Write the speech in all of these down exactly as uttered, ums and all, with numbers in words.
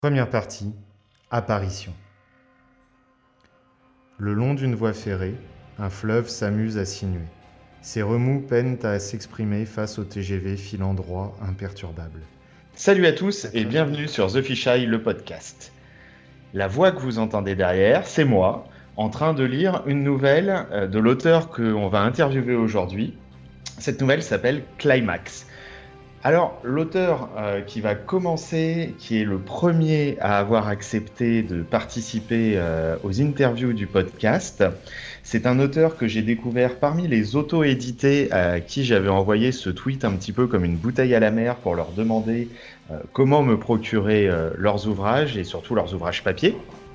Première partie, apparition. Le long d'une voie ferrée, un fleuve s'amuse à sinuer. Ses remous peinent à s'exprimer face au T G V filant droit imperturbable. Salut à tous et bienvenue sur The Fisheye, le podcast. La voix que vous entendez derrière, c'est moi, en train de lire une nouvelle de l'auteur qu'on va interviewer aujourd'hui. Cette nouvelle s'appelle Climax. Alors, l'auteur euh, qui va commencer, qui est le premier à avoir accepté de participer euh, aux interviews du podcast, c'est un auteur que j'ai découvert parmi les auto-édités à qui j'avais envoyé ce tweet un petit peu comme une bouteille à la mer pour leur demander euh, comment me procurer euh, leurs ouvrages et surtout leurs ouvrages papier.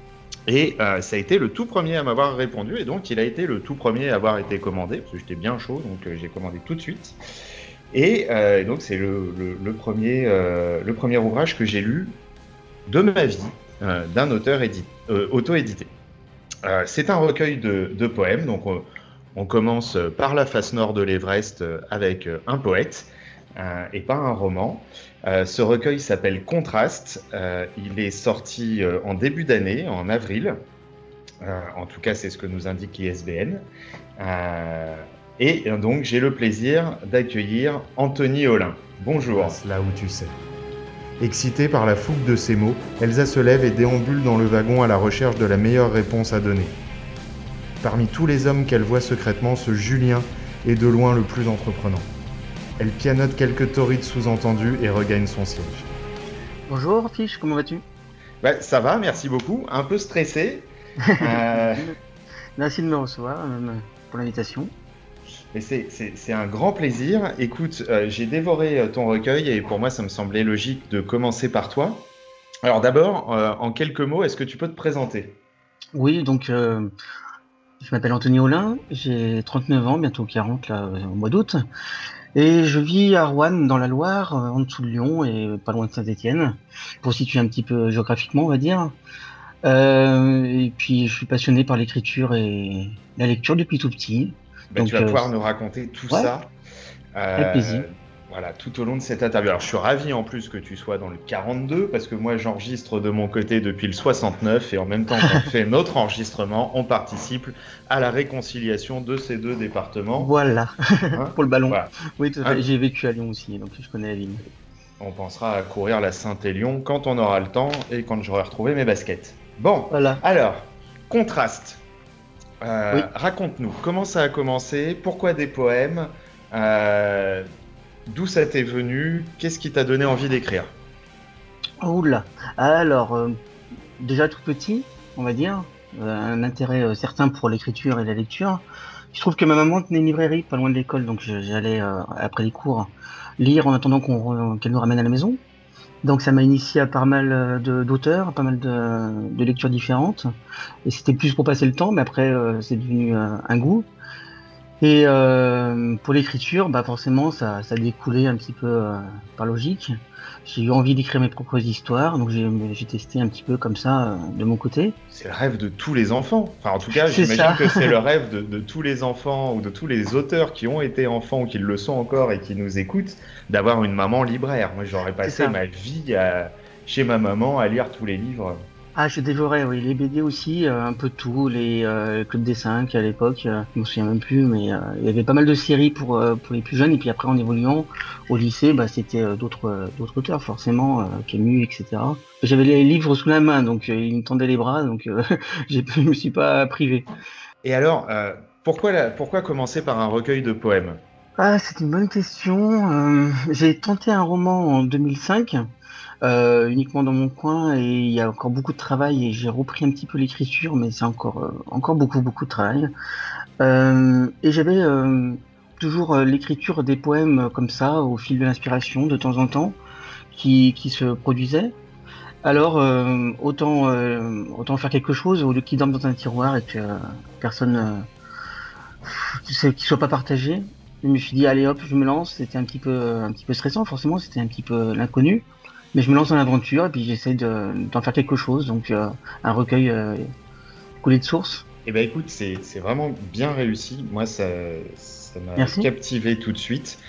Et euh, ça a été le tout premier à m'avoir répondu et donc il a été le tout premier à avoir été commandé parce que j'étais bien chaud, donc euh, j'ai commandé tout de suite. Et euh, donc c'est le, le, le, premier, euh, le premier ouvrage que j'ai lu de ma vie euh, d'un auteur édi- euh, auto-édité. Euh, c'est un recueil de, de poèmes, donc on, on commence par la face nord de l'Everest avec un poète euh, et pas un roman. Euh, ce recueil s'appelle Contraste, euh, il est sorti euh, en début d'année, en avril, euh, en tout cas c'est ce que nous indique l'I S B N. Euh, Et donc, j'ai le plaisir d'accueillir Anthony Olin. Bonjour. Passe là où tu sais. Excitée par la fougue de ces mots, Elsa se lève et déambule dans le wagon à la recherche de la meilleure réponse à donner. Parmi tous les hommes qu'elle voit secrètement, ce Julien est de loin le plus entreprenant. Elle pianote quelques torrides sous-entendues et regagne son siège. Bonjour Fiche, comment vas-tu ? Bah, ça va, merci beaucoup. Un peu stressé. euh... Merci de me recevoir, même pour l'invitation. Mais c'est, c'est, c'est un grand plaisir. Écoute, euh, j'ai dévoré ton recueil et pour moi, ça me semblait logique de commencer par toi. Alors d'abord, euh, en quelques mots, est-ce que tu peux te présenter ? Oui, donc euh, je m'appelle Anthony Olin, j'ai trente-neuf ans, bientôt quarante là, au mois d'août. Et je vis à Roanne, dans la Loire, en dessous de Lyon et pas loin de Saint-Étienne, pour situer un petit peu géographiquement, on va dire. Euh, et puis, je suis passionné par l'écriture et la lecture depuis tout petit. Bah, Donc, tu vas euh, pouvoir nous raconter tout ouais, ça euh, avec plaisir. Voilà, tout au long de cette interview. Alors, je suis ravi en plus que tu sois dans le quarante-deux parce que moi, j'enregistre de mon côté depuis le soixante-neuf et en même temps qu'on fait notre enregistrement, on participe à la réconciliation de ces deux départements. Voilà, Hein pour le ballon. Voilà. Oui, tout à fait. Hein J'ai vécu à Lyon aussi, donc je connais la ville. On pensera à courir la Saint-Élion quand on aura le temps et quand j'aurai retrouvé mes baskets. Bon, Voilà. alors, contraste. Euh, Oui. Raconte-nous, comment ça a commencé ? Pourquoi des poèmes ? euh, D'où ça t'est venu ? Qu'est-ce qui t'a donné envie d'écrire ? Oula. Alors, euh, déjà tout petit, on va dire, euh, un intérêt euh, certain pour l'écriture et la lecture. Je trouve que ma maman tenait une librairie pas loin de l'école, donc je- j'allais euh, après les cours lire en attendant qu'on re- qu'elle nous ramène à la maison. Donc ça m'a initié à pas mal euh, de- d'auteurs, à pas mal de, de lectures différentes. Et c'était plus pour passer le temps, mais après euh, c'est devenu euh, un goût. Et euh, pour l'écriture, bah forcément, ça, ça découlait un petit peu euh, par logique. J'ai eu envie d'écrire mes propres histoires, donc j'ai, j'ai testé un petit peu comme ça euh, de mon côté. C'est le rêve de tous les enfants. Enfin, en tout cas, C'est j'imagine ça. que c'est le rêve de, de tous les enfants ou de tous les auteurs qui ont été enfants ou qui le sont encore et qui nous écoutent, d'avoir une maman libraire. Moi, j'aurais passé ça. ma vie à- chez ma maman à lire tous les livres. Ah, je dévorais, oui, les B D aussi, euh, un peu tout, les euh, Club des cinq à l'époque, euh, je me souviens même plus, mais euh, il y avait pas mal de séries pour euh, pour les plus jeunes, et puis après en évoluant au lycée, bah c'était euh, d'autres euh, d'autres auteurs forcément, euh, Camus, et cetera. J'avais les livres sous la main, donc euh, ils me tendaient les bras, donc euh, j'ai- je me suis pas privé. Et alors, euh, pourquoi, la- pourquoi commencer par un recueil de poèmes ? Ah, c'est une bonne question. Euh, j'ai tenté un roman en deux mille cinq, euh, uniquement dans mon coin, et il y a encore beaucoup de travail, et j'ai repris un petit peu l'écriture, mais c'est encore, euh, encore beaucoup, beaucoup de travail. Euh, et j'avais euh, toujours euh, l'écriture des poèmes euh, comme ça, au fil de l'inspiration, de temps en temps, qui, qui se produisaient. Alors, euh, autant, euh, autant faire quelque chose au lieu qu'ils dorment dans un tiroir et que euh, personne, euh, qu'ils ne soient pas partagés. Je me suis dit, allez hop, je me lance. C'était un petit peu, un petit peu stressant, forcément, c'était un petit peu l'inconnu. Mais je me lance dans l'aventure et puis j'essaie de, d'en faire quelque chose. Donc, euh, un recueil euh, coulé de source. Eh ben écoute, c'est, c'est vraiment bien réussi. Moi, ça, ça m'a Merci. captivé tout de suite.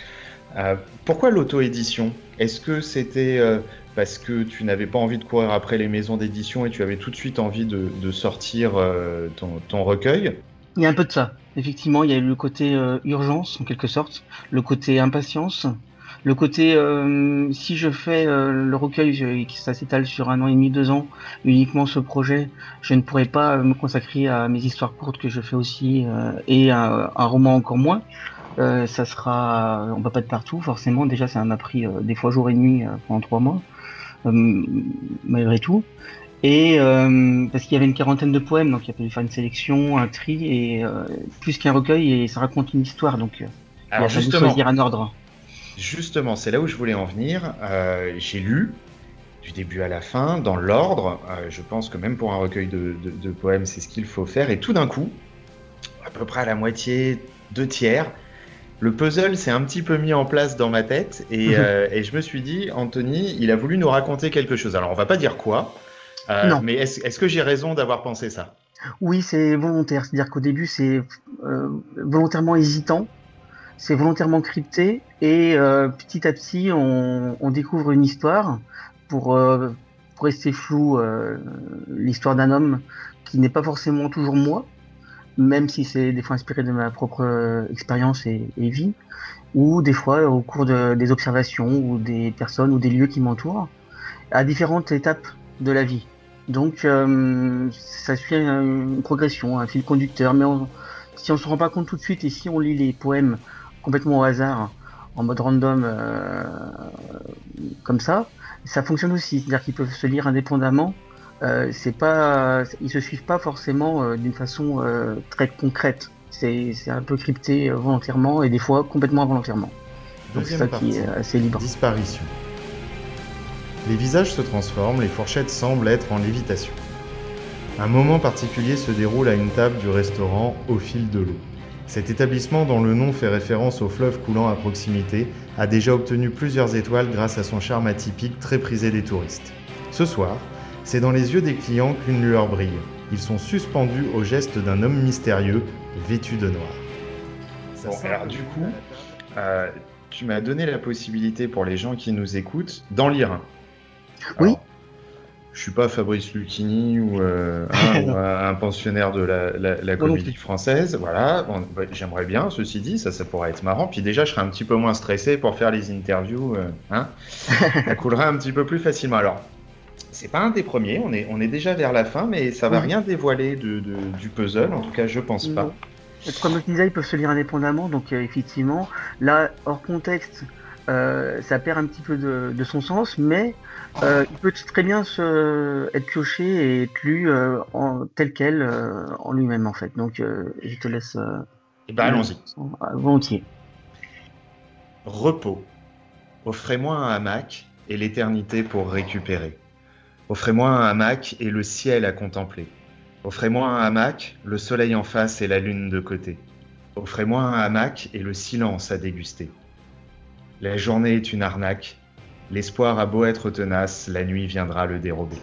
Euh, pourquoi l'auto-édition? Est-ce que c'était euh, parce que tu n'avais pas envie de courir après les maisons d'édition et tu avais tout de suite envie de, de sortir euh, ton, ton recueil? Il y a un peu de ça. Effectivement, il y a le côté euh, urgence, en quelque sorte, le côté impatience, le côté euh, si je fais euh, le recueil je- et que ça s'étale sur un an et demi, deux ans, uniquement ce projet, je ne pourrais pas me consacrer à mes histoires courtes que je fais aussi euh, et un, un roman encore moins. Euh, ça sera, on va pas de partout forcément. Déjà, ça m'a pris euh, des fois jour et nuit euh, pendant trois mois, euh, malgré tout. Et euh, parce qu'il y avait une quarantaine de poèmes, donc il a fallu faire une sélection, un tri, et euh, plus qu'un recueil, et ça raconte une histoire, donc euh, il Alors a fallu justement, choisir un ordre. justement, c'est là où je voulais en venir. Euh, j'ai lu du début à la fin, dans l'ordre. Euh, je pense que même pour un recueil de, de- de poèmes, c'est ce qu'il faut faire. Et tout d'un coup, à peu près à la moitié, deux tiers, le puzzle s'est un petit peu mis en place dans ma tête. Et, euh, et je me suis dit, Anthony, il a voulu nous raconter quelque chose. Alors, on va pas dire quoi, euh, Non, mais est-ce, est-ce que j'ai raison d'avoir pensé ça? oui, c'est volontaire, c'est-à-dire qu'au début, c'est euh, volontairement hésitant, c'est volontairement crypté, et euh, petit à petit, on, on découvre une histoire pour, euh, pour rester flou, euh, l'histoire d'un homme qui n'est pas forcément toujours moi, même si c'est des fois inspiré de ma propre euh, expérience et, et vie, ou des fois au cours de, des observations ou des personnes ou des lieux qui m'entourent, à différentes étapes de la vie. Donc euh, ça suit une, une progression, un fil conducteur, mais on, si on se rend pas compte tout de suite et si on lit les poèmes complètement au hasard, en mode random, euh, comme ça, ça fonctionne aussi. C'est-à-dire qu'ils peuvent se lire indépendamment. Euh, c'est pas, ils se suivent pas forcément euh, d'une façon euh, très concrète. C'est, c'est un peu crypté euh, volontairement et des fois complètement involontairement. Donc c'est Deuxième ça partie, qui est assez libre. disparition. Les visages se transforment, les fourchettes semblent être en lévitation. Un moment particulier se déroule à une table du restaurant Au fil de l'eau. Cet établissement, dont le nom fait référence au fleuve coulant à proximité, a déjà obtenu plusieurs étoiles grâce à son charme atypique très prisé des touristes. Ce soir, c'est dans les yeux des clients qu'une lueur brille. Ils sont suspendus au geste d'un homme mystérieux, vêtu de noir. Ça Bon, sent alors un du peu coup, la- euh, tu m'as donné la possibilité pour les gens qui nous écoutent d'en lire un. Oui. Alors, je suis pas Fabrice Lucchini ou, euh, hein, ou un, un pensionnaire de la, la- la Moi non comédie plus. française. Voilà, Bon, bah, j'aimerais bien, ceci dit, ça, ça pourrait être marrant. Puis déjà, je serais un petit peu moins stressé pour faire les interviews. euh, hein. Ça coulerait un petit peu plus facilement. Alors, c'est pas un des premiers, on est, on est déjà vers la fin, mais ça va Oui. rien dévoiler de, de- du puzzle, en tout cas, je pense pas. Non. Et comme je disais, ils peuvent se lire indépendamment, donc euh, effectivement, là, hors contexte, euh, ça perd un petit peu de, de son sens, mais euh, il peut très bien se, être pioché et être lu euh, en, tel quel euh, en lui-même, en fait. Donc, euh, je te laisse euh, Et ben, le- allons-y. volontiers. Repos. Offrez-moi un hamac et l'éternité pour récupérer. Offrez-moi un hamac et le ciel à contempler. Offrez-moi un hamac, le soleil en face et la lune de côté. Offrez-moi un hamac et le silence à déguster. La journée est une arnaque. L'espoir a beau être tenace, la nuit viendra le dérober.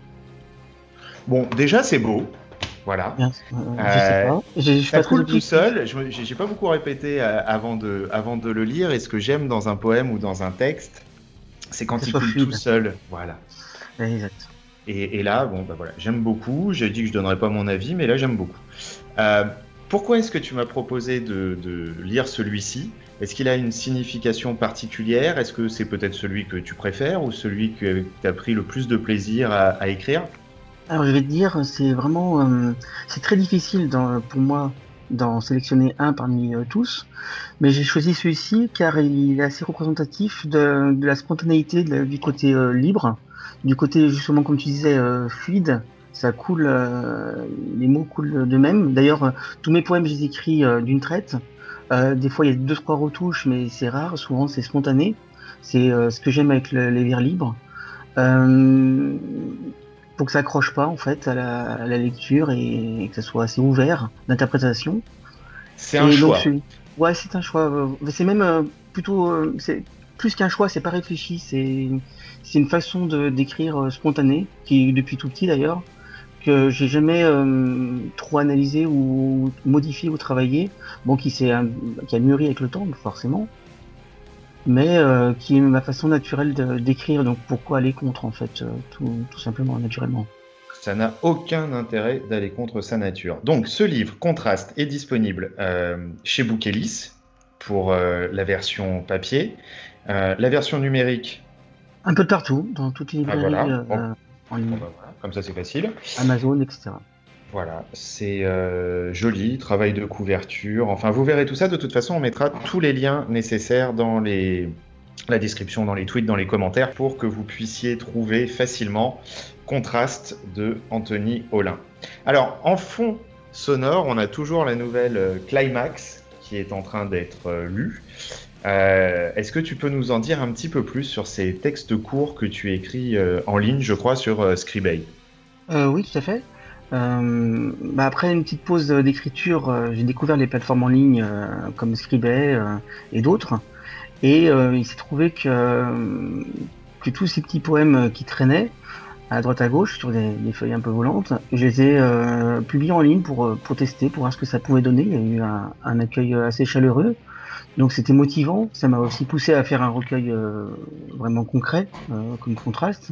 Bon, déjà c'est beau. Voilà. Bien, euh, je sais Euh, pas. Je, je suis Ça pas très coule tout objectif. seul. Je me- j'ai j'ai pas beaucoup répété euh, avant de, avant de le lire. Et ce que j'aime dans un poème ou dans un texte, c'est quand Que ce il soit coule fluide. tout seul. Voilà. Ouais, exact. Et, et là, bon, bah voilà, j'aime beaucoup. J'ai dit que je donnerais pas mon avis, mais là, j'aime beaucoup. Euh, pourquoi est-ce que tu m'as proposé de, de lire celui-ci? Est-ce qu'il a une signification particulière? Est-ce que c'est peut-être celui que tu préfères ou celui que tu as pris le plus de plaisir à, à écrire? Alors je vais te dire, c'est vraiment, euh, c'est très difficile dans- pour moi d'en sélectionner un parmi euh, tous, mais j'ai choisi celui-ci car il est assez représentatif de, de la spontanéité, de la- du côté euh, libre, du côté justement comme tu disais euh, fluide. Ça coule, euh, les mots coulent d'eux-mêmes. D'ailleurs, euh, tous mes poèmes, je les écris euh, d'une traite. Euh, des fois, il y a deux trois retouches, mais c'est rare. Souvent, c'est spontané. C'est euh, ce que j'aime avec le- les vers libres. Euh, pour que ça accroche pas en fait à la, à la lecture et, et que ça soit assez ouvert d'interprétation. C'est un Et donc choix. celui- ouais, c'est un choix. euh, C'est même euh, plutôt, euh, c'est plus qu'un choix, c'est pas réfléchi. C'est c'est une façon de d'écrire euh, spontanée qui depuis tout petit d'ailleurs que j'ai jamais euh, trop analysé ou modifié ou travaillé. Bon, qui s'est un- qui a mûri avec le temps forcément. mais euh, qui est ma façon naturelle de, d'écrire. Donc pourquoi aller contre, en fait, euh, tout, tout simplement, naturellement. Ça n'a aucun intérêt d'aller contre sa nature. Donc, ce livre, Contraste, est disponible euh, chez Bookelis pour euh, la version papier. Euh, la version numérique. Un peu de partout, dans toutes les librairies Ah, voilà. euh, en ligne. Bon, bah, voilà. Comme ça, c'est facile. Amazon, et cetera. Voilà, c'est euh, joli, travail de couverture. Enfin, vous verrez tout ça. De toute façon, on mettra tous les liens nécessaires dans les... la description, dans les tweets, dans les commentaires, pour que vous puissiez trouver facilement Contraste de Anthony Hollin. Alors, en fond sonore, on a toujours la nouvelle euh, Climax qui est en train d'être euh, lue. Euh, est-ce que tu peux nous en dire un petit peu plus sur ces textes courts que tu écris euh, en ligne, je crois, sur euh, Scribd? euh, Oui, tout à fait. Euh, bah après une petite pause d'écriture, euh, j'ai découvert les plateformes en ligne euh, comme Scribd euh, et d'autres. Et euh, il s'est trouvé que, euh, que tous ces petits poèmes qui traînaient à droite à gauche sur des, des feuilles un peu volantes, je les ai euh, publiés en ligne pour, pour tester, pour voir ce que ça pouvait donner. Il y a eu un, un accueil assez chaleureux. Donc c'était motivant. Ça m'a aussi poussé à faire un recueil euh, vraiment concret, euh, comme Contraste.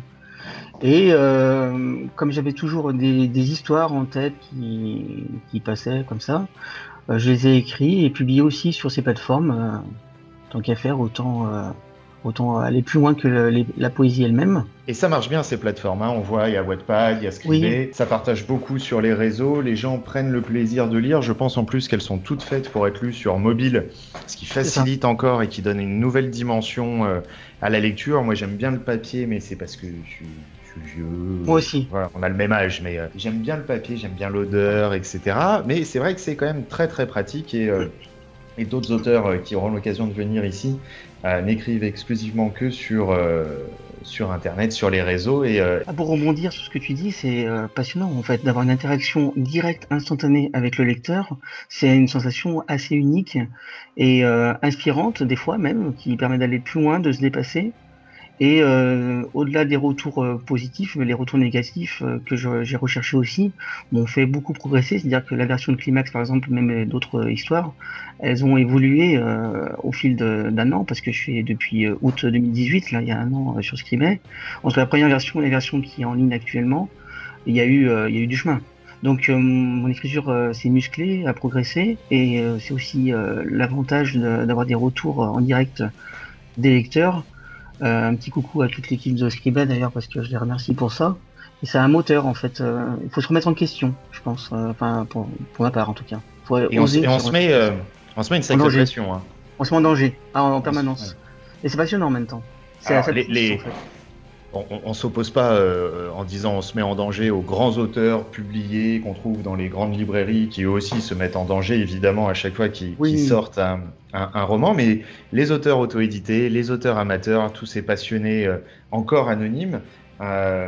Et euh, comme j'avais toujours des, des histoires en tête qui, qui passaient comme ça, euh, je les ai écrits et publiés aussi sur ces plateformes. Euh, tant qu'à faire, autant, euh, autant aller plus loin que le, les, la poésie elle-même. Et ça marche bien ces plateformes, hein. On voit, il y a Wattpad, il y a Scribd, oui. Ça partage beaucoup sur les réseaux, les gens prennent le plaisir de lire. Je pense en plus qu'elles sont toutes faites pour être lues sur mobile, ce qui facilite encore et qui donne une nouvelle dimension euh, à la lecture. Moi j'aime bien le papier, mais c'est parce que je suis... vieux. Moi aussi. Voilà, on a le même âge, mais euh, j'aime bien le papier, j'aime bien l'odeur, et cetera. Mais c'est vrai que c'est quand même très très pratique et, euh, et d'autres auteurs euh, qui auront l'occasion de venir ici euh, n'écrivent exclusivement que sur, euh, sur Internet, sur les réseaux. Et, euh... Pour rebondir sur ce que tu dis, c'est euh, passionnant en fait d'avoir une interaction directe, instantanée avec le lecteur. C'est une sensation assez unique et euh, inspirante des fois même, qui permet d'aller plus loin, de se dépasser. Et euh, au-delà des retours euh, positifs, les retours négatifs euh, que je, j'ai recherchés aussi m'ont fait beaucoup progresser. C'est-à-dire que la version de Climax, par exemple, même d'autres histoires, elles ont évolué euh, au fil de, d'un an, parce que je suis depuis euh, août deux mille dix-huit, là, il y a un an, euh, sur Scribd. Entre la première version et la version qui est en ligne actuellement, il y a eu, euh, il y a eu du chemin. Donc euh, mon écriture euh, s'est musclée, a progressé, et euh, c'est aussi euh, l'avantage de, d'avoir des retours en direct des lecteurs. Euh, un petit coucou à toute l'équipe de Scribd d'ailleurs, parce que je les remercie pour ça. Et c'est un moteur en fait. Euh, il faut se remettre en question, je pense. Euh, enfin, pour, pour ma part en tout cas. Faut et on, et on se met, euh, on se met une sacrée pression. Hein. On se met en danger, ah, en permanence. Ouais. Et c'est passionnant en même temps. C'est Alors, les, les... En fait. On, on, on s'oppose pas euh, en disant on se met en danger aux grands auteurs publiés qu'on trouve dans les grandes librairies, qui eux aussi se mettent en danger évidemment à chaque fois qu'ils, oui. qu'ils sortent un, un, un roman, mais les auteurs auto-édités, les auteurs amateurs, tous ces passionnés euh, encore anonymes, euh,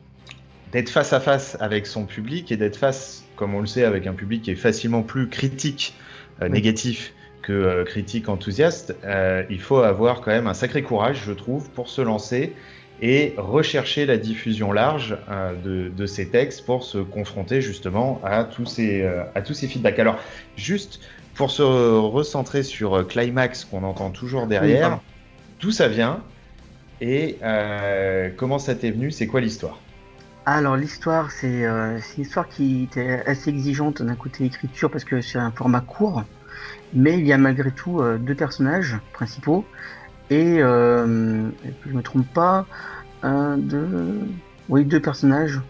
d'être face à face avec son public et d'être face, comme on le sait, avec un public qui est facilement plus critique, euh, oui. négatif que euh, critique enthousiaste, euh, il faut avoir quand même un sacré courage, je trouve, pour se lancer et rechercher la diffusion large euh, de, de ces textes pour se confronter justement à tous ces, euh, à tous ces feedbacks. Alors, juste pour se recentrer sur Climax qu'on entend toujours derrière, oui, d'où ça vient et euh, comment ça t'est venu, c'est quoi l'histoire? Alors l'histoire, c'est, euh, c'est une histoire qui était assez exigeante d'un côté écriture parce que c'est un format court, mais il y a malgré tout euh, deux personnages principaux. Et, euh, et puis je me trompe pas, un, deux, oui, deux personnages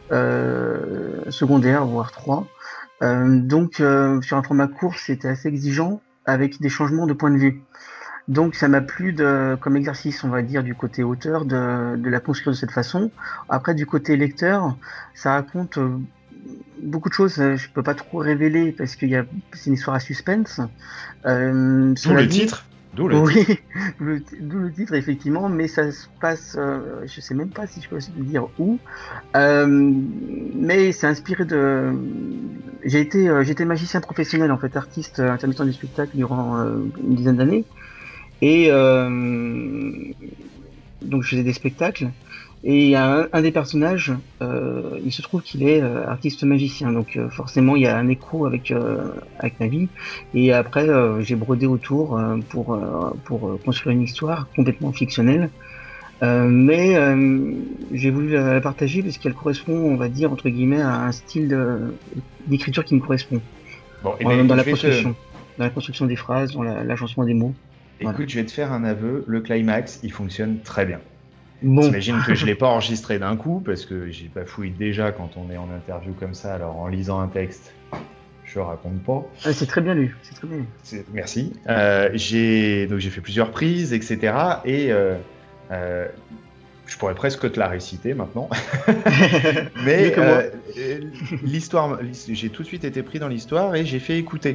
euh, secondaires, voire trois. Euh, donc euh, sur un format court, c'était assez exigeant avec des changements de point de vue. Donc ça m'a plu de, comme exercice, on va dire, du côté auteur, de, de la construire de cette façon. Après, du côté lecteur, ça raconte euh, beaucoup de choses. Je peux pas trop révéler parce que y a, c'est une histoire à suspense. Euh, D'où le dit, titre. D'où le oui, titre. le, d'où le titre, effectivement, mais ça se passe, euh, je sais même pas si je peux dire où, euh, mais c'est inspiré de... J'ai été, euh, j'étais magicien professionnel, en fait, artiste intermittent du spectacle durant euh, une dizaine d'années, et euh, donc je faisais des spectacles, Et il y a un, un des personnages, euh, il se trouve qu'il est euh, artiste magicien, donc euh, forcément il y a un écho avec euh, avec ma vie. Et après euh, j'ai brodé autour euh, pour euh, pour euh, construire une histoire complètement fictionnelle. Euh, mais euh, j'ai voulu la, la partager parce qu'elle correspond, on va dire entre guillemets, à un style de- d'écriture qui me correspond. Bon, eh Dans, ben, dans je la vais te... construction, dans la construction des phrases, dans la- l'agencement des mots. Voilà. Écoute, je vais te faire un aveu. Le climax, il fonctionne très bien. Bon, T'imagines que je l'ai pas enregistré d'un coup parce que j'y bafouille déjà quand on est en interview comme ça. Alors en lisant un texte, je raconte pas. ah, c'est très bien lu, c'est très bien lu. C'est- Merci. Euh, j'ai donc j'ai fait plusieurs prises, et cetera. Et euh, euh, je pourrais presque te la réciter maintenant. Mieux Mais que moi. euh, l'histoire, j'ai tout de suite été pris dans l'histoire et j'ai fait écouter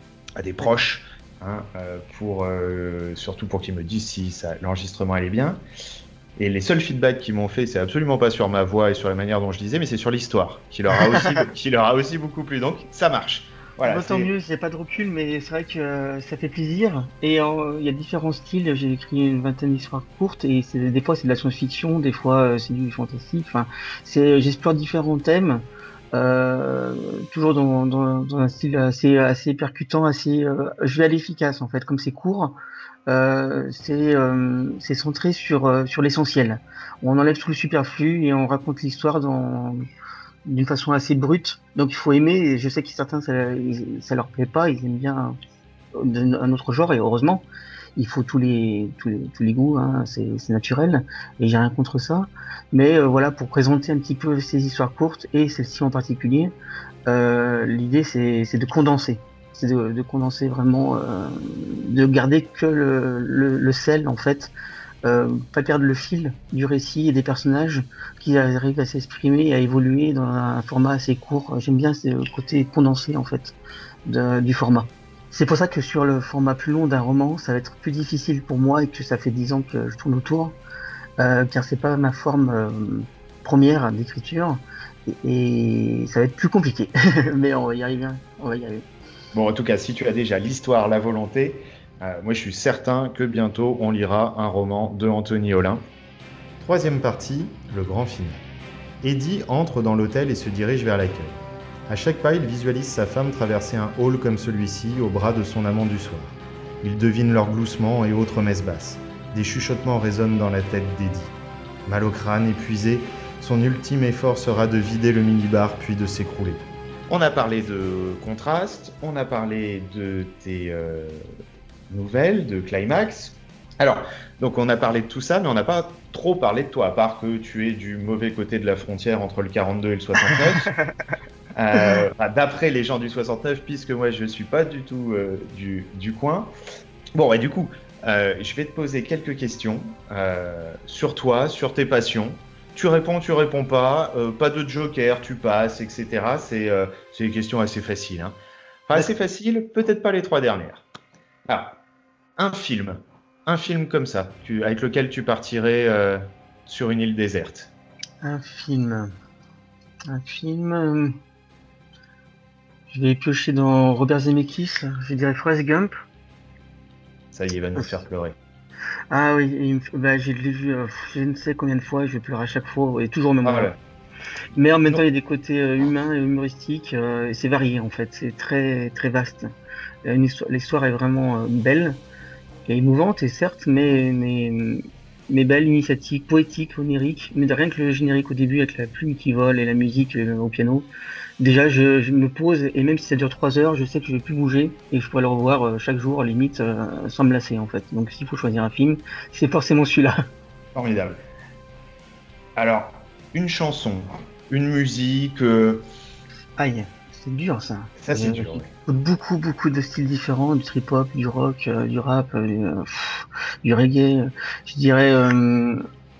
à des proches, hein, euh, pour euh, surtout pour qu'ils me disent si ça, l'enregistrement allait bien. Et les seuls feedbacks qu'ils m'ont fait, c'est absolument pas sur ma voix et sur la manière dont je disais, mais c'est sur l'histoire, qui leur a aussi, qui leur a aussi beaucoup plu. Donc ça marche. Voilà. Bon, tant c'est- mieux, j'ai pas de recul, mais c'est vrai que euh, ça fait plaisir. Et euh, il y a différents styles. J'ai écrit une vingtaine d'histoires courtes et c'est des fois c'est de la science-fiction, des fois euh, c'est du fantastique. Enfin, c'est j'explore différents thèmes, euh, toujours dans, dans, dans un style assez assez percutant, assez euh, je vais à l'efficace en fait. Comme c'est court, euh, c'est euh, c'est centré sur euh, sur l'essentiel. On enlève tout le superflu et on raconte l'histoire dans d'une façon assez brute. Donc il faut aimer, et je sais que certains ça, ça leur plaît pas, ils aiment bien un, un autre genre, et heureusement, il faut tous les tous les, tous les goûts, hein, c'est c'est naturel, et j'ai rien contre ça. Mais euh, voilà, pour présenter un petit peu ces histoires courtes, et celle-ci en particulier, euh, l'idée c'est c'est de condenser. C'est de, de condenser vraiment, euh, de garder que le, le, le sel en fait, euh, pas perdre le fil du récit et des personnages qui arrivent à s'exprimer et à évoluer dans un format assez court. J'aime bien ce côté condensé en fait de, du format. C'est pour ça que sur le format plus long d'un roman, ça va être plus difficile pour moi et que ça fait dix ans que je tourne autour, euh, car c'est pas ma forme euh, première d'écriture et, et ça va être plus compliqué. Mais on va y arriver, on va y arriver. Bon, en tout cas, si tu as déjà l'histoire, la volonté, euh, moi je suis certain que bientôt on lira un roman de Anthony Holin. Troisième partie, le grand final. Eddie entre dans l'hôtel et se dirige vers l'accueil. À chaque pas, il visualise sa femme traverser un hall comme celui-ci au bras de son amant du soir. Il devine leurs gloussements et autres messes basses. Des chuchotements résonnent dans la tête d'Eddie. Mal au crâne, épuisé, son ultime effort sera de vider le minibar puis de s'écrouler. On a parlé de contraste, on a parlé de tes euh, nouvelles, de climax. Alors, donc on a parlé de tout ça, mais on n'a pas trop parlé de toi, à part que tu es du mauvais côté de la frontière entre le quarante-deux et le soixante-neuf. euh, enfin, d'après les gens du soixante-neuf, puisque moi je suis pas du tout euh, du, du coin. Bon, et du coup, euh, je vais te poser quelques questions euh, sur toi, sur tes passions. Tu réponds, tu réponds pas, euh, pas de joker, tu passes, et cetera. C'est euh, c'est des questions assez faciles. Hein. Enfin, assez faciles, peut-être pas les trois dernières. Alors, un film, un film comme ça, tu, avec lequel tu partirais euh, sur une île déserte. Un film. Un film. euh, Je vais piocher dans Robert Zemeckis. Je dirais Forrest Gump. Ça y est, il va nous faire pleurer. Ah oui, et il me f- bah, je l'ai vu euh, je ne sais combien de fois et je pleure à chaque fois et toujours au même Ah, moment. voilà. Mais en même Non. temps, il y a des côtés euh, humains et humoristiques. Euh, et c'est varié en fait. C'est très très vaste. Euh, une histoire- L'histoire est vraiment euh, belle et émouvante, et certes, mais mais mais belle, initiatique, poétique, onirique. Mais de rien que le générique au début avec la plume qui vole et la musique euh, au piano. Déjà, je, je me pose et même si ça dure trois heures, je sais que je vais plus bouger et je pourrais le revoir euh, chaque jour, limite, euh, sans me lasser en fait. Donc, s'il faut choisir un film, c'est forcément celui-là. Formidable. Alors, une chanson, une musique, euh, Aïe, c'est dur ça. ça c'est Euh, dur. Ouais. Beaucoup, beaucoup de styles différents, du trip-hop, du rock, euh, du rap, euh, du, euh, pff, du reggae. euh, Je dirais. euh,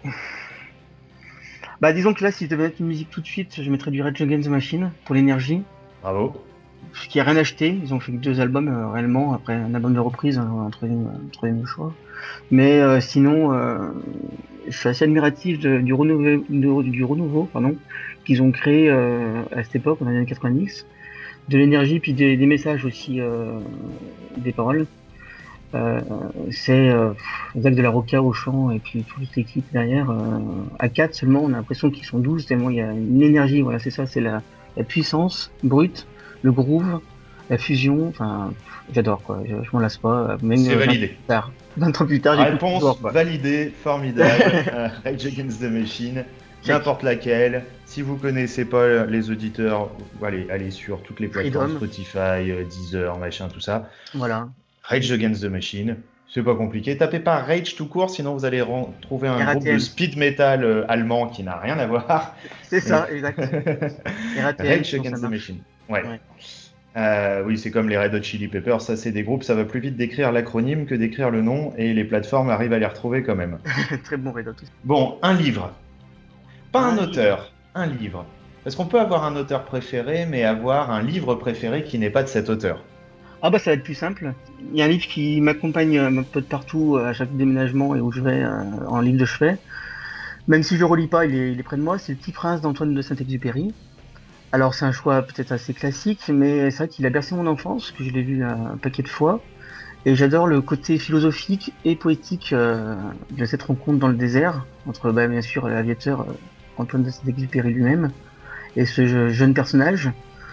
Bah, disons que là, si je devais mettre une musique tout de suite, je mettrais du Rage Against the Machine pour l'énergie. Bravo. Ce qui a rien acheté, ils ont fait que deux albums euh, réellement, après un album de reprise, un, un troisième, un troisième choix. Mais euh, sinon, euh, je suis assez admiratif de- du renouveau, de- du renouveau pardon, qu'ils ont créé euh, à cette époque, dans les années quatre-vingt-dix, de l'énergie puis des, des messages aussi, euh, des paroles. Euh, c'est euh, Zach de la Rocca au chant et puis toute l'équipe derrière. Euh, à quatre seulement, on a l'impression qu'ils sont douze tellement il y a une énergie. Voilà, c'est ça, c'est la, la puissance brute, le groove, la fusion. Enfin, j'adore quoi. Je, je m'en lasse pas. Même C'est euh, validé. vingt ans plus tard, vingt ans plus tard, j'écoute Réponse toujours, quoi. validée, formidable. Euh, Rage Against the Machine, Check. n'importe laquelle. Si vous connaissez pas les auditeurs, allez, allez sur toutes les plateformes, Freedom. Spotify, euh, Deezer, machin, tout ça. Voilà. Rage Against the Machine, c'est pas compliqué. Tapez pas Rage tout court, sinon vous allez ren- trouver un R A T M. groupe de speed metal euh, allemand qui n'a rien à voir. C'est ça, exact. R A T M, Rage sinon Against ça the marche. Machine. Ouais. Ouais. Euh, oui, c'est comme les Red Hot Chili Peppers, ça c'est des groupes, ça va plus vite d'écrire l'acronyme que d'écrire le nom, et les plateformes arrivent à les retrouver quand même. Très bon Red Hot. Bon, un livre. Pas un Un auteur, un livre. Parce qu'on peut avoir un auteur préféré, mais avoir un livre préféré qui n'est pas de cet auteur. Ah bah ça va être plus simple. Il y a un livre qui m'accompagne un peu de partout euh, à chaque déménagement et où je vais euh, en livre de chevet. Même si je le relis pas, il est, il est près de moi. C'est Le Petit Prince d'Antoine de Saint-Exupéry. Alors c'est un choix peut-être assez classique, mais c'est vrai qu'il a bercé mon enfance, que je l'ai lu un paquet de fois. Et j'adore le côté philosophique et poétique euh, de cette rencontre dans le désert entre bah, bien sûr l'aviateur euh, Antoine de Saint-Exupéry lui-même et ce je- jeune personnage.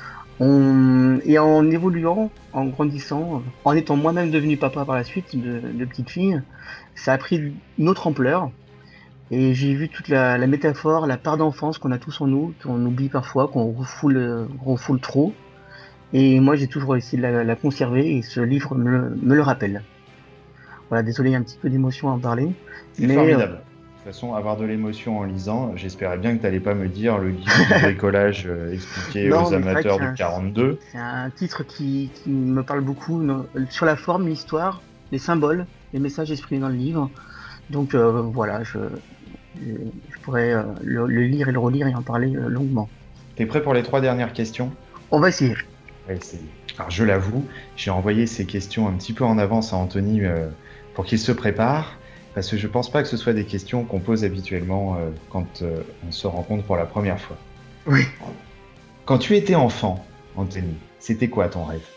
On... Et en évoluant, en grandissant, en étant moi-même devenu papa par la suite de, de petite fille, ça a pris une autre ampleur. Et j'ai vu toute la, la métaphore, la part d'enfance qu'on a tous en nous, qu'on oublie parfois, qu'on refoule, euh, refoule trop. Et moi, j'ai toujours essayé de la, la conserver et ce livre me, le- me le rappelle. Voilà, désolé, il y a un petit peu d'émotion à en parler. C'est Mais, formidable. De toute façon, avoir de l'émotion en lisant, j'espérais bien que tu n'allais pas me dire le guide du bricolage euh, expliqué Non, aux mais c'est vrai amateurs que du quarante-deux. c'est un titre qui, qui me parle beaucoup non, sur la forme, l'histoire, les symboles, les messages exprimés dans le livre. Donc euh, voilà, je, je, je pourrais euh, le, le lire et le relire et en parler euh, longuement. T'es prêt pour les trois dernières questions? On va essayer. Ouais, c'est- Alors, je l'avoue, j'ai envoyé ces questions un petit peu en avance à Anthony euh, pour qu'il se prépare, parce que je pense pas que ce soit des questions qu'on pose habituellement euh, quand euh, on se rencontre pour la première fois. Oui. Quand tu étais enfant, Anthony, c'était quoi ton rêve?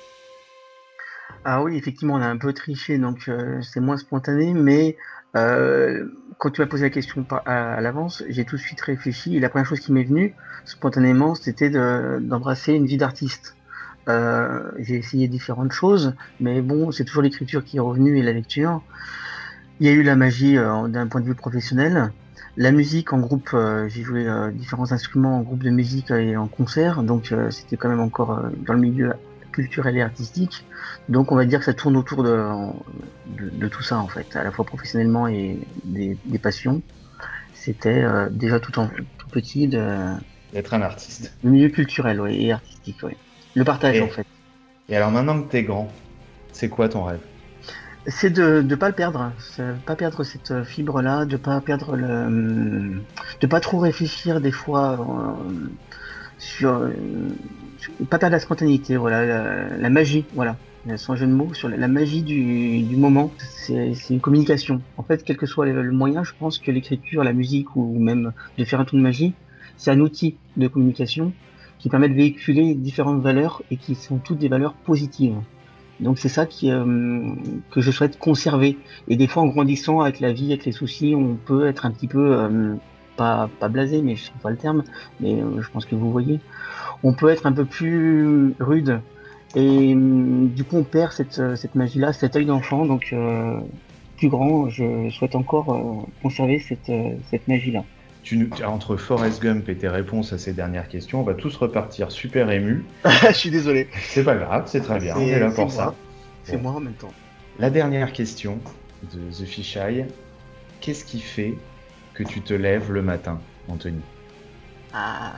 Ah oui, effectivement, on a un peu triché, donc euh, c'est moins spontané, mais euh, quand tu m'as posé la question par- à, à l'avance, j'ai tout de suite réfléchi, et la première chose qui m'est venue, spontanément, c'était de- d'embrasser une vie d'artiste. Euh, j'ai essayé différentes choses, mais bon, c'est toujours l'écriture qui est revenue et la lecture. Il y a eu la magie euh, d'un point de vue professionnel. La musique en groupe, euh, j'ai joué euh, différents instruments en groupe de musique et en concert, donc euh, c'était quand même encore euh, dans le milieu culturel et artistique. Donc on va dire que ça tourne autour de, de, de tout ça en fait, à la fois professionnellement et des, des passions. C'était euh, déjà tout, en, tout petit de, D'être un artiste. le milieu culturel ouais, et artistique. Ouais. Le partage Et- en fait. Et alors maintenant que t'es grand, c'est quoi ton rêve? C'est de ne pas le perdre, c'est de pas perdre cette fibre-là, de pas perdre le, de pas trop réfléchir des fois euh, sur, euh, sur- pas perdre la spontanéité, voilà, la, la magie, voilà, sans jeu de mots, sur la, la magie du, du moment. C'est c'est une communication. En fait, quel que soit le, le moyen, je pense que l'écriture, la musique ou même de faire un tour de magie, c'est un outil de communication qui permet de véhiculer différentes valeurs et qui sont toutes des valeurs positives. Donc c'est ça qui, euh, que je souhaite conserver. Et des fois, en grandissant avec la vie, avec les soucis, on peut être un petit peu, euh, pas, pas blasé, mais je sais pas le terme, mais euh, je pense que vous voyez. On peut être un peu plus rude. Et euh, du coup, on perd cette, euh, cette magie-là, cet œil d'enfant. Donc, euh, plus grand, je souhaite encore euh, conserver cette, euh, cette magie-là. Tu nous- Entre Forrest Gump et tes réponses à ces dernières questions, on va tous repartir super émus. Je suis désolé. C'est pas grave, c'est très bien, on C'est- est là c'est pour moi. ça. C'est Bon. moi en même temps. La dernière question de The Fisheye, qu'est-ce qui fait que tu te lèves le matin, Anthony? Ah,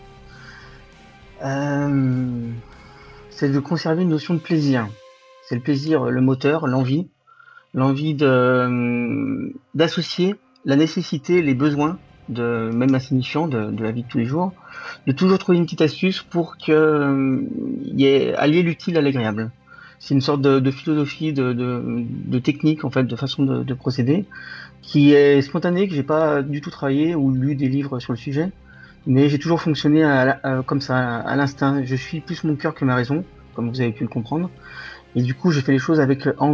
alors. Euh, c'est de conserver une notion de plaisir. C'est le plaisir, le moteur, l'envie. L'envie de, euh, d'associer la nécessité, les besoins, de, même insignifiants de, de la vie de tous les jours, de toujours trouver une petite astuce pour que, euh, y ait allier l'utile à l'agréable. C'est une sorte de, de philosophie, de, de, de technique, en fait, de façon de, de procéder, qui est spontanée, que j'ai pas du tout travaillé ou lu des livres sur le sujet, mais j'ai toujours fonctionné à la- à- comme ça, à l'instinct. Je suis plus mon cœur que ma raison, comme vous avez pu le comprendre. Et du coup, je fais les choses avec envie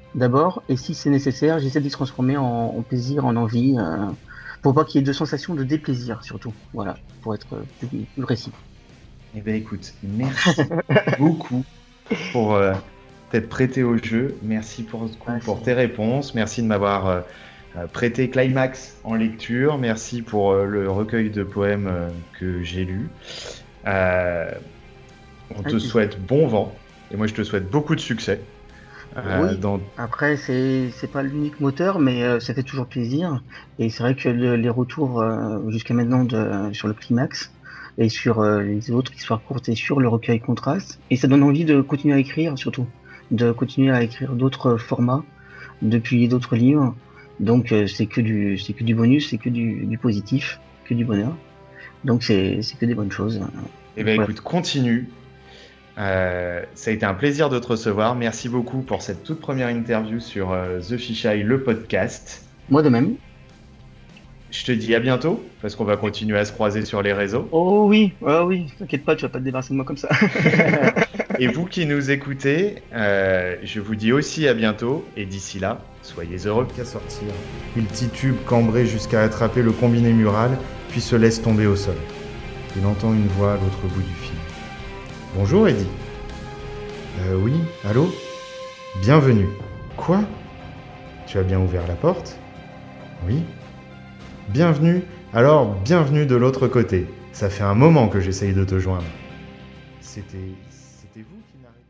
d'abord, et si c'est nécessaire, j'essaie de les transformer en, en plaisir, en envie, euh, pour pas qu'il y ait de sensation de déplaisir surtout. Voilà, pour être plus, plus précis. Eh bien écoute, merci beaucoup pour euh, t'être prêté au jeu. Merci pour, Ouais, pour c'est- tes réponses. Merci de m'avoir euh, euh, prêté Climax en lecture. Merci pour euh, le recueil de poèmes euh, que j'ai lu. Euh, on te Ouais, souhaite bon vent. Et moi, je te souhaite beaucoup de succès. euh, Oui, dans... après c'est c'est pas l'unique moteur, mais euh, ça fait toujours plaisir. Et c'est vrai que le- les retours euh, jusqu'à maintenant de, sur le climax et sur euh, les autres histoires courtes et sur le recueil contraste, et ça donne envie de continuer à écrire surtout, de continuer à écrire d'autres formats, de publier d'autres livres. Donc euh, c'est que du c'est que du bonus, c'est que du, du positif, que du bonheur. Donc c'est c'est que des bonnes choses. Eh Donc bien voilà. écoute, continue. Euh, ça a été un plaisir de te recevoir. Merci beaucoup pour cette toute première interview sur euh, The Fisheye, le podcast. Moi de même. Je te dis à bientôt, parce qu'on va continuer à se croiser sur les réseaux. Oh oui, ah oui, t'inquiète pas, tu vas pas te débarrasser de moi comme ça. Et vous qui nous écoutez, euh, je vous dis aussi à bientôt, et d'ici là, soyez heureux. Qu'à sortir, il titube cambré jusqu'à attraper le combiné mural, puis se laisse tomber au sol. Il entend une voix à l'autre bout du fil. Bonjour Eddie. Euh oui, allô? Bienvenue. Quoi? Tu as bien ouvert la porte? Oui. Bienvenue. Alors, bienvenue de l'autre côté. Ça fait un moment que j'essaye de te joindre. C'était... C'était vous qui n'arrêtez